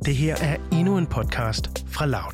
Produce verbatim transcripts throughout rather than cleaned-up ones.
Det her er endnu en podcast fra Loud.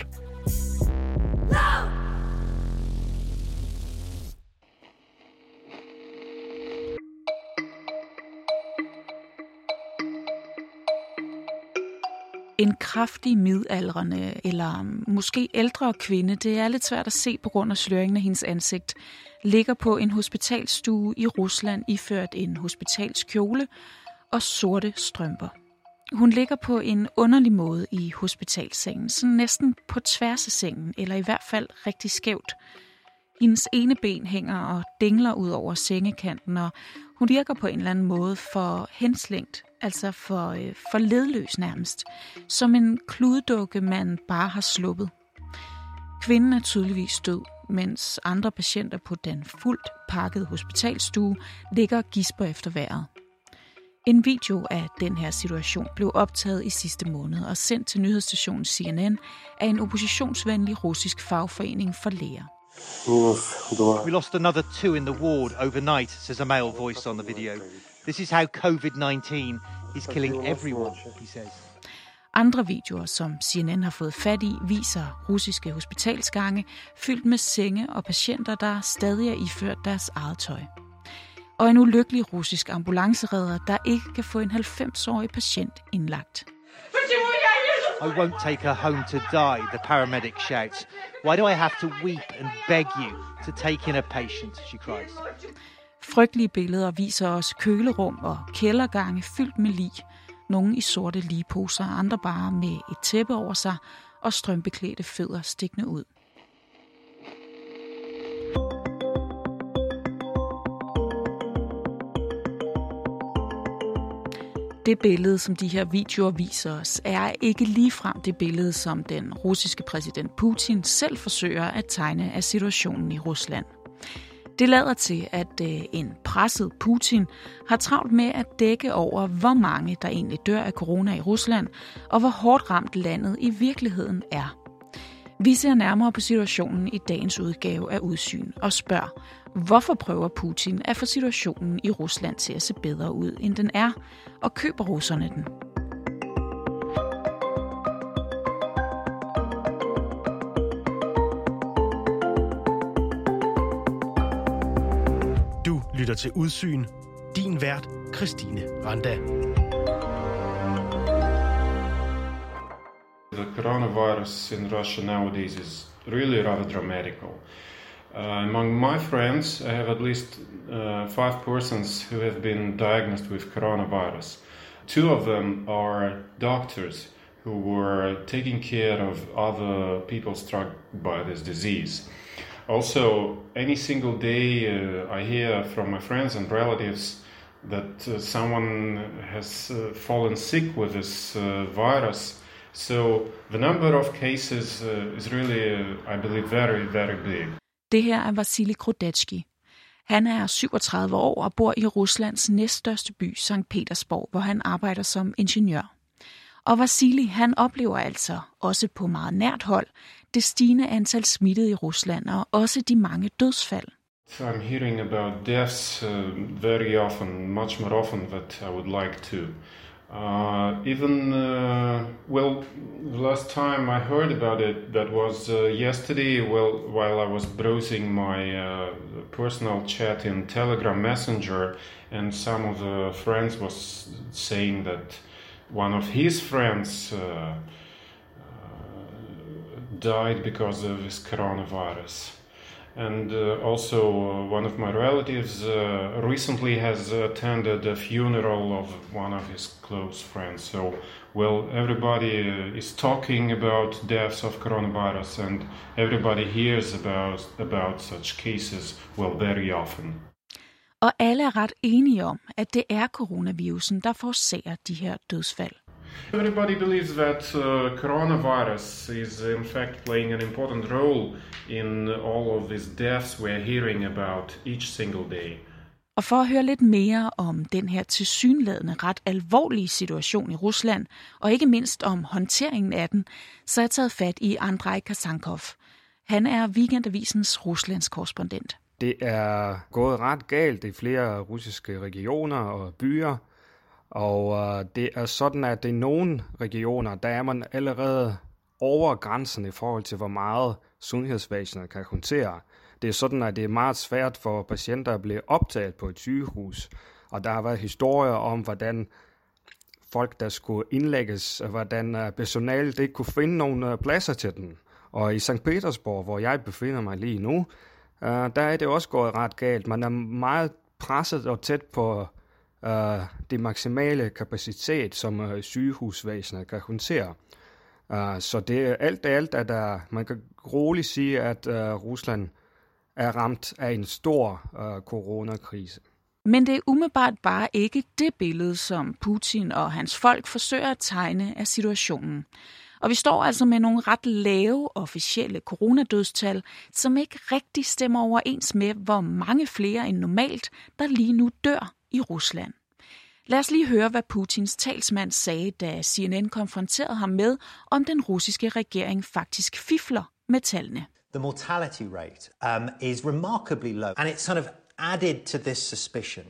En kraftig midaldrende eller måske ældre kvinde, det er lidt svært at se på grund af sløringen af hendes ansigt, ligger på en hospitalsstue i Rusland iført en hospitalskjole og sorte strømper. Hun ligger på en underlig måde i hospitalsengen, sådan næsten på tværs af sengen, eller i hvert fald rigtig skævt. Hendes ene ben hænger og dingler ud over sengekanten, og hun virker på en eller anden måde for henslængt, altså for, øh, for ledløs nærmest, som en kluddukke, man bare har sluppet. Kvinden er tydeligvis død, mens andre patienter på den fuldt pakkede hospitalsstue ligger og gisper efter vejret. En video af den her situation blev optaget i sidste måned og sendt til nyhedsstationen C N N af en oppositionsvenlig russisk fagforening for læger. We lost another two in the ward overnight, says a male voice on the video. This is how covid nineteen is killing everyone, he says. Andre videoer, som C N N har fået fat i, viser russiske hospitalsgange fyldt med senge og patienter, der stadig er iført deres eget tøj. Og en ulykkelig russisk ambulanceredder, der ikke kan få en halvfems-årig patient indlagt. I won't take her home to die, the paramedic shouts. Why do I have to weep and beg you to take in a patient, she cries. Frygtelige billeder viser os kølerum og kældergange fyldt med lig. Nogle i sorte ligposer, andre bare med et tæppe over sig og strømbeklædte fødder stikkende ud. Det billede, som de her videoer viser os, er ikke ligefrem det billede, som den russiske præsident Putin selv forsøger at tegne af situationen i Rusland. Det lader til, at en presset Putin har travlt med at dække over, hvor mange der egentlig dør af corona i Rusland, og hvor hårdt ramt landet i virkeligheden er. Vi ser nærmere på situationen i dagens udgave af Udsyn og spørger, hvorfor prøver Putin at få situationen i Rusland til at se bedre ud, end den er, og køber russerne den? Du lytter til Udsyn. Din vært, Christine Randa. The coronavirus in Russia nowadays is really rather dramatical. Uh, among my friends, I have at least uh, five persons who have been diagnosed with coronavirus. Two of them are doctors who were taking care of other people struck by this disease. Also, any single day uh, I hear from my friends and relatives that uh, someone has uh, fallen sick with this uh, virus. So the number of cases uh, is really, uh, I believe, very, very big. Det her er Vasili Krodetski. Han er syvogtredive år og bor i Ruslands næststørste by, Sankt Petersborg, hvor han arbejder som ingeniør. Og Vasili, han oplever altså, også på meget nært hold, det stigende antal smittede i Rusland og også de mange dødsfald. I'm hearing about deaths uh, very often, much more often than I would like to. Uh, even, uh, well, the last time I heard about it, that was uh, yesterday, well, while I was browsing my uh, personal chat in Telegram Messenger, and some of the friends was saying that one of his friends uh, uh, died because of this coronavirus. And uh, also uh, one of my relatives uh, recently has attended a funeral of one of his close friends. So, well, everybody uh, is talking about deaths of coronavirus, and everybody hears about, about such cases, well, very often. Og alle er ret enige om, at det er coronavirusen, der forårsager de her dødsfald. Everybody believes that uh, coronavirus is in fact playing an important role in all of these deaths we're hearing about each single day. Og for at høre lidt mere om den her tilsyneladende ret alvorlige situation i Rusland, og ikke mindst om håndteringen af den, så er jeg taget fat i Andrej Kasankov. Han er Weekendavisens Ruslands korrespondent. Det er gået ret galt i flere russiske regioner og byer, Og øh, det er sådan, at i nogle regioner, der er man allerede over grænsen i forhold til, hvor meget sundhedsvæsenet kan håndtere. Det er sådan, at det er meget svært for patienter at blive optaget på et sygehus. Og der har været historier om, hvordan folk, der skulle indlægges, hvordan personalet ikke kunne finde nogle pladser til dem. Og i Sankt Petersborg, hvor jeg befinder mig lige nu, der er det også gået ret galt. Man er meget presset og tæt på uh, det maksimale kapacitet, som uh, sygehusvæsenet kan håndtere. Uh, så det er alt alt, at der, man kan roligt sige, at uh, Rusland er ramt af en stor uh, coronakrise. Men det er umiddelbart bare ikke det billede, som Putin og hans folk forsøger at tegne af situationen. Og vi står altså med nogle ret lave officielle coronadødstal, som ikke rigtig stemmer overens med, hvor mange flere end normalt, der lige nu dør i Rusland. Lad os lige høre, hvad Putins talsmand sagde, da C N N konfronterede ham med, om den russiske regering faktisk fifler med tallene. The mortality rate um, is remarkably low, and it's sort of added to this suspicion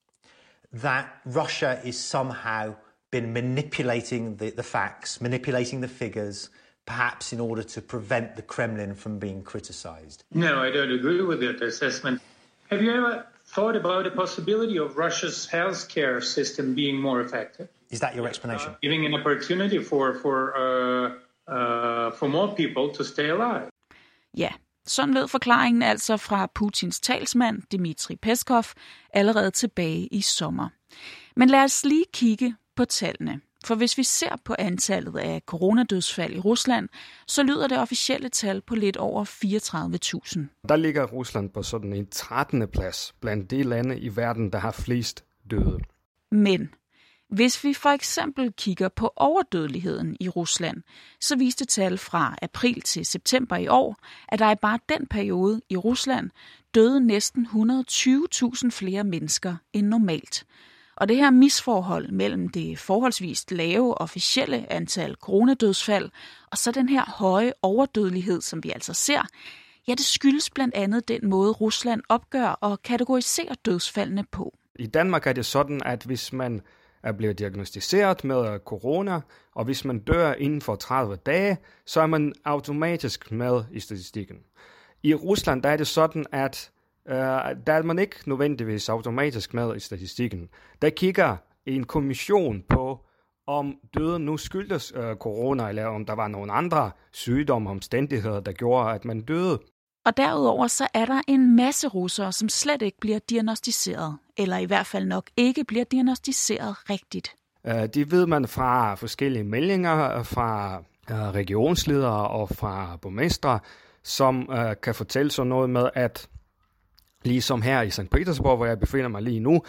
that Russia is somehow been manipulating the, the facts, manipulating the figures, perhaps in order to prevent the Kremlin from being criticized. No, I don't agree with that assessment. Have you ever thought about the possibility of Russia's healthcare system being more effective? Is that your explanation? Uh, giving an opportunity for for uh, uh, for more people to stay alive. Ja, sådan lød forklaringen altså fra Putins talsmand, Dmitri Peskov, allerede tilbage i sommer. Men lad os lige kigge på tallene. For hvis vi ser på antallet af coronadødsfald i Rusland, så lyder det officielle tal på lidt over fireogtredive tusind. Der ligger Rusland på sådan en trettende plads blandt de lande i verden, der har flest døde. Men hvis vi for eksempel kigger på overdødeligheden i Rusland, så viste tal fra april til september i år, at der i bare den periode i Rusland døde næsten et hundrede og tyve tusind flere mennesker end normalt. Og det her misforhold mellem det forholdsvis lave officielle antal coronadødsfald og så den her høje overdødelighed, som vi altså ser, ja, det skyldes blandt andet den måde, Rusland opgør og kategoriserer dødsfaldene på. I Danmark er det sådan, at hvis man er blevet diagnosticeret med corona, og hvis man dør inden for tredive dage, så er man automatisk med i statistikken. I Rusland der er det sådan, at Uh, der er man ikke nødvendigvis automatisk med i statistikken. Der kigger en kommission på, om døden nu skyldes uh, corona, eller om der var nogle andre sygdomme og omstændigheder, der gjorde, at man døde. Og derudover så er der en masse russere, som slet ikke bliver diagnosticeret, eller i hvert fald nok ikke bliver diagnosticeret rigtigt. Uh, det ved man fra forskellige meldinger, fra uh, regionsledere og fra borgmestre, som uh, kan fortælle sådan noget med, at ligesom her i Sankt Petersborg, hvor jeg befinder mig lige nu,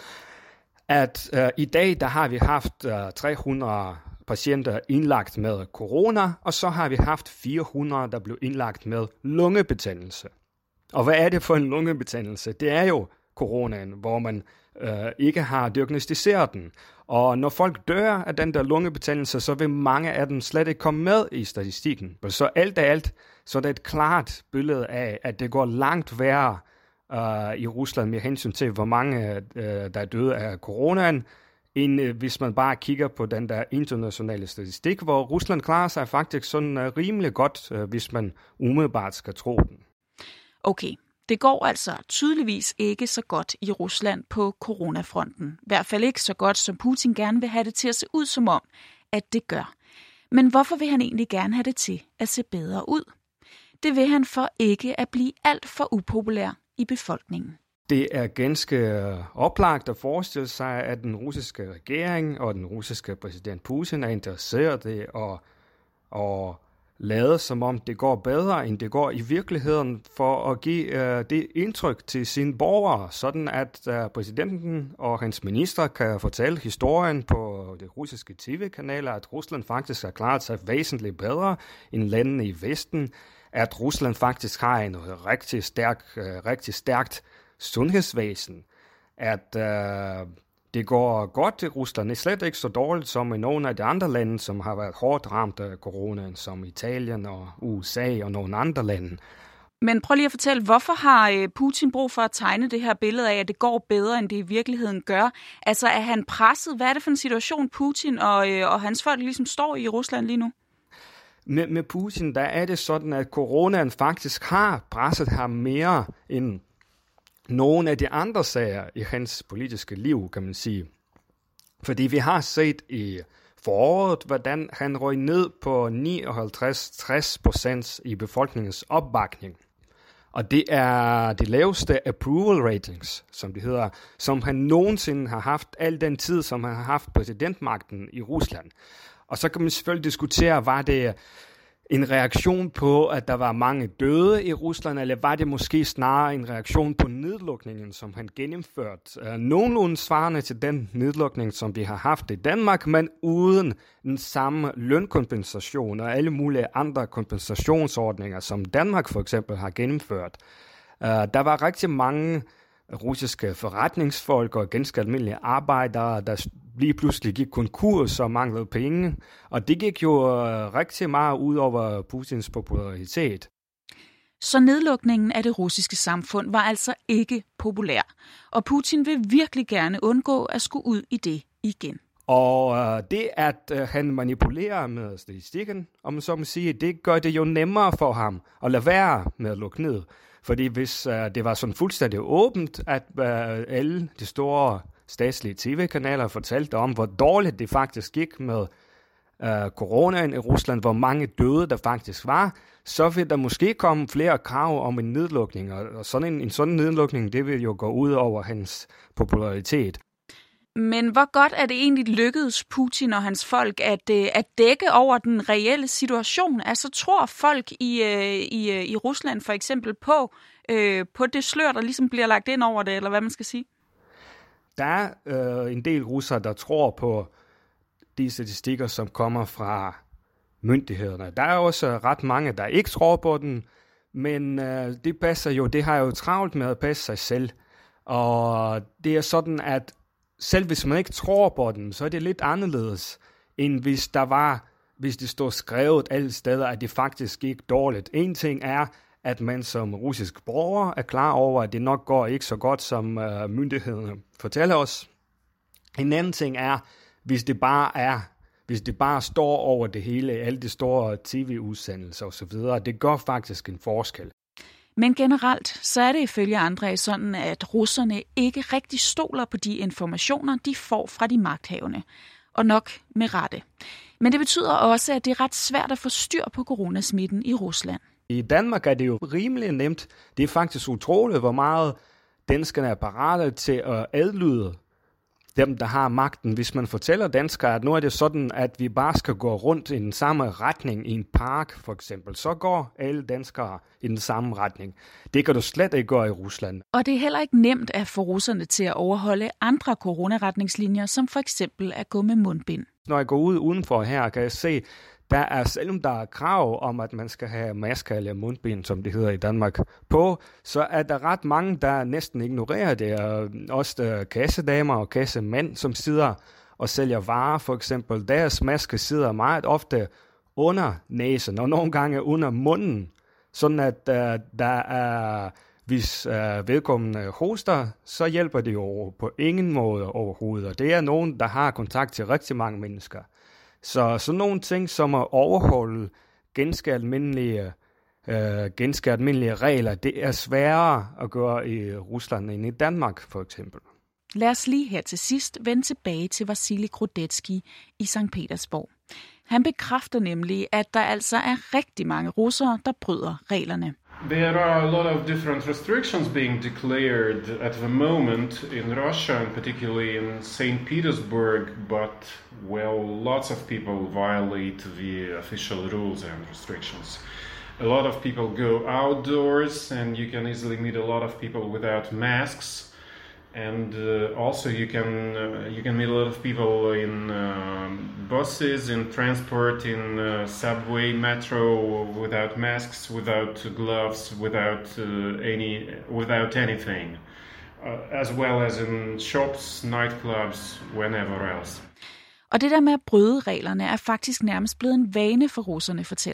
at uh, i dag der har vi haft uh, tre hundrede patienter indlagt med corona, og så har vi haft fire hundrede, der blev indlagt med lungebetændelse. Og hvad er det for en lungebetændelse? Det er jo coronaen, hvor man uh, ikke har diagnosticeret den. Og når folk dør af den der lungebetændelse, så vil mange af dem slet ikke komme med i statistikken. Så alt af alt, så er det et klart billede af, at det går langt værre Uh, i Rusland med hensyn til, hvor mange uh, der er døde af coronaen, end uh, hvis man bare kigger på den der internationale statistik, hvor Rusland klarer sig faktisk sådan uh, rimelig godt, uh, hvis man umiddelbart skal tro den. Okay, det går altså tydeligvis ikke så godt i Rusland på coronafronten. I hvert fald ikke så godt, som Putin gerne vil have det til at se ud som om, at det gør. Men hvorfor vil han egentlig gerne have det til at se bedre ud? Det vil han for ikke at blive alt for upopulær i befolkningen. Det er ganske oplagt at forestille sig, at den russiske regering og den russiske præsident Putin er interesseret i at, at lade som om det går bedre, end det går i virkeligheden, for at give uh, det indtryk til sine borgere, sådan at uh, præsidenten og hans minister kan fortælle historien på de russiske tv-kanaler, at Rusland faktisk har klaret sig væsentligt bedre end landene i Vesten, at Rusland faktisk har en rigtig, stærk, uh, rigtig stærkt sundhedsvæsen, at uh, det går godt i Rusland. Det er slet ikke så dårligt som i nogle af de andre lande, som har været hårdt ramt af coronaen, som Italien og U S A og nogle andre lande. Men prøv lige at fortælle, hvorfor har Putin brug for at tegne det her billede af, at det går bedre, end det i virkeligheden gør? Altså, er han presset? Hvad er det for en situation, Putin og, og hans folk ligesom står i Rusland lige nu? Med, med Putin, der er det sådan, at coronaen faktisk har presset ham mere end nogle af de andre sager i hans politiske liv, kan man sige. Fordi vi har set i foråret, hvordan han røg ned på nioghalvtreds til tres procent i befolkningens opbakning. Og det er det laveste approval ratings, som det hedder, som han nogensinde har haft al den tid, som han har haft præsidentmagten i Rusland. Og så kan man selvfølgelig diskutere, var det en reaktion på, at der var mange døde i Rusland, eller var det måske snarere en reaktion på nedlukningen, som han gennemførte? Uh, nogenlunde svarende til den nedlukning, som vi har haft i Danmark, men uden den samme lønkompensation og alle mulige andre kompensationsordninger, som Danmark for eksempel har gennemført. Uh, der var rigtig mange russiske forretningsfolk og ganske almindelige arbejdere, der lige pludselig gik konkurs og manglede penge. Og det gik jo rigtig meget ud over Putins popularitet. Så nedlukningen af det russiske samfund var altså ikke populær. Og Putin vil virkelig gerne undgå at skulle ud i det igen. Og øh, det, at øh, han manipulerer med statistikken, om man så må sige, det gør det jo nemmere for ham at lade være med at lukke ned. Fordi hvis øh, det var sådan fuldstændig åbent, at øh, alle de store statslige tv-kanaler fortalte om, hvor dårligt det faktisk gik med øh, coronaen i Rusland, hvor mange døde der faktisk var, så vil der måske komme flere krav om en nedlukning. Og sådan en, en sådan nedlukning, det vil jo gå ud over hans popularitet. Men hvor godt er det egentlig lykkedes Putin og hans folk at, at dække over den reelle situation? Altså tror folk i, i, i Rusland for eksempel på, øh, på det slør, der ligesom bliver lagt ind over det, eller hvad man skal sige? Der er øh, en del russere, der tror på de statistikker, som kommer fra myndighederne. Der er også ret mange, der ikke tror på den, men øh, det passer jo, det har jo travlt med at passe sig selv. Og det er sådan, at selv hvis man ikke tror på den, så er det lidt anderledes, end hvis der var, hvis det står skrevet alle steder, at det faktisk gik dårligt. En ting er, at man som russisk borger er klar over, at det nok går ikke så godt, som uh, myndighederne fortæller os. En anden ting er, hvis det bare er, hvis det bare står over det hele, alle de store tv-udsendelser osv., det gør faktisk en forskel. Men generelt så er det ifølge André sådan, at russerne ikke rigtig stoler på de informationer, de får fra de magthavende. Og nok med rette. Men det betyder også, at det er ret svært at få styr på coronasmitten i Rusland. I Danmark er det jo rimelig nemt. Det er faktisk utroligt, hvor meget danskerne er parate til at adlyde dem, der har magten. Hvis man fortæller danskere, at nu er det sådan, at vi bare skal gå rundt i den samme retning i en park, for eksempel, så går alle danskere i den samme retning. Det kan du slet ikke gøre i Rusland. Og det er heller ikke nemt at få russerne til at overholde andre coronaretningslinjer, som for eksempel at gå med mundbind. Når jeg går ud udenfor her, kan jeg se, der er, selvom der er krav om, at man skal have masker eller mundbind, som det hedder i Danmark, på, så er der ret mange, der næsten ignorerer det. Og også der kassedamer og kassemænd, som sidder og sælger varer, for eksempel, deres maske sidder meget ofte under næsen, og nogle gange under munden, sådan at uh, der er, hvis uh, vedkommende hoster, så hjælper det jo på ingen måde overhovedet. Og det er nogen, der har kontakt til rigtig mange mennesker. Så sådan nogle ting som at overholde ganske almindelige, øh, ganske almindelige regler, det er sværere at gøre i Rusland end i Danmark for eksempel. Lad os lige her til sidst vende tilbage til Vasili Grudetsky i Sankt Petersborg. Han bekræfter nemlig, at der altså er rigtig mange russere, der bryder reglerne. There are a lot of different restrictions being declared at the moment in Russia, and particularly in Saint Petersburg, but, well, lots of people violate the official rules and restrictions. A lot of people go outdoors, and you can easily meet a lot of people without masks. And uh, also you can uh, you can meet a lot of people in uh, buses, in transport, in uh, subway, metro, without masks, without gloves, without uh, any without anything, uh, as well as in shops, nightclubs, whenever else. Og det der med at bryde reglerne er faktisk nærmest blevet en vane for russerne, fortæller han.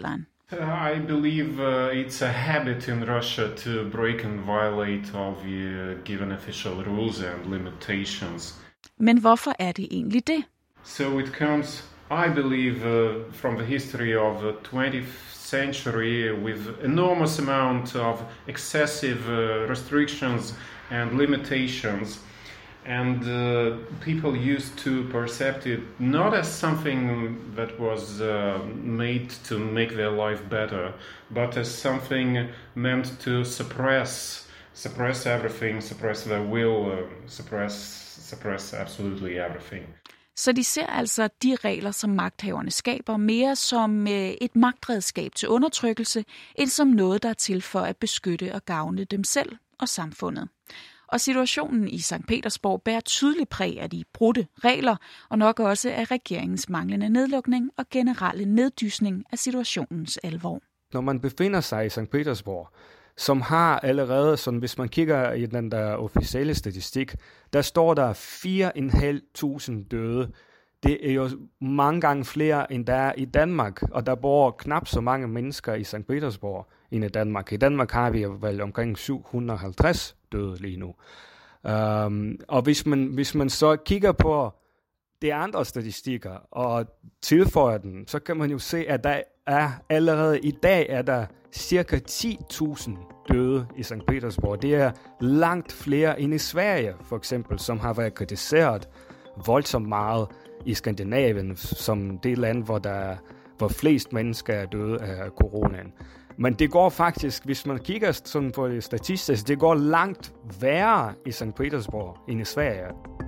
I believe uh, it's a habit in Russia to break and violate all the uh, given official rules and limitations. Men hvorfor er det egentlig det? So it comes, I believe, uh, from the history of the twentieth century with enormous amount of excessive uh, restrictions and limitations. And uh, people used to perceive it not as something that was uh, made to make their life better, but as something meant to suppress, suppress everything, suppress their will, uh, suppress, suppress absolutely everything. Så de ser altså de regler, som magthaverne skaber, mere som et magtredskab til undertrykkelse, end som noget, der er til for at beskytte og gavne dem selv og samfundet. Og situationen i Sankt Petersborg bærer tydeligt præg af de brudte regler, og nok også af regeringens manglende nedlukning og generelle neddysning af situationens alvor. Når man befinder sig i Sankt Petersborg, som har allerede, sådan, hvis man kigger i den der officielle statistik, der står der fire tusind fem hundrede døde. Det er jo mange gange flere, end der er i Danmark, og der bor knap så mange mennesker i Sankt Petersborg end i Danmark. I Danmark har vi vel omkring syv hundrede og halvtreds døde lige nu. Um, og hvis man, hvis man så kigger på de andre statistikker og tilføjer den, så kan man jo se, at der er allerede i dag er der cirka ti tusind døde i Sankt Petersborg. Det er langt flere end i Sverige, for eksempel, som har været kritiseret voldsomt meget i Skandinavien, som det land, hvor der hvor flest mennesker er døde af coronaen. Men det går faktisk, hvis man kigger sådan på det statistisk, det går langt værre i Sankt Petersborg end i Sverige.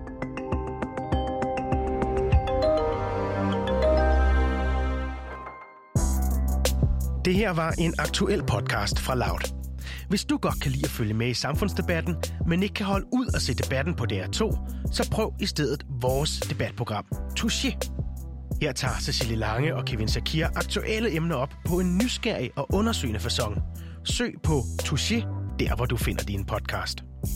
Det her var en aktuel podcast fra Loud. Hvis du godt kan lide at følge med i samfundsdebatten, men ikke kan holde ud og se debatten på D R to, så prøv i stedet vores debatprogram Touché. Her tager Cecilie Lange og Kevin Sakir aktuelle emner op på en nysgerrig og undersøgende facon. Søg på Touché, der hvor du finder din podcast.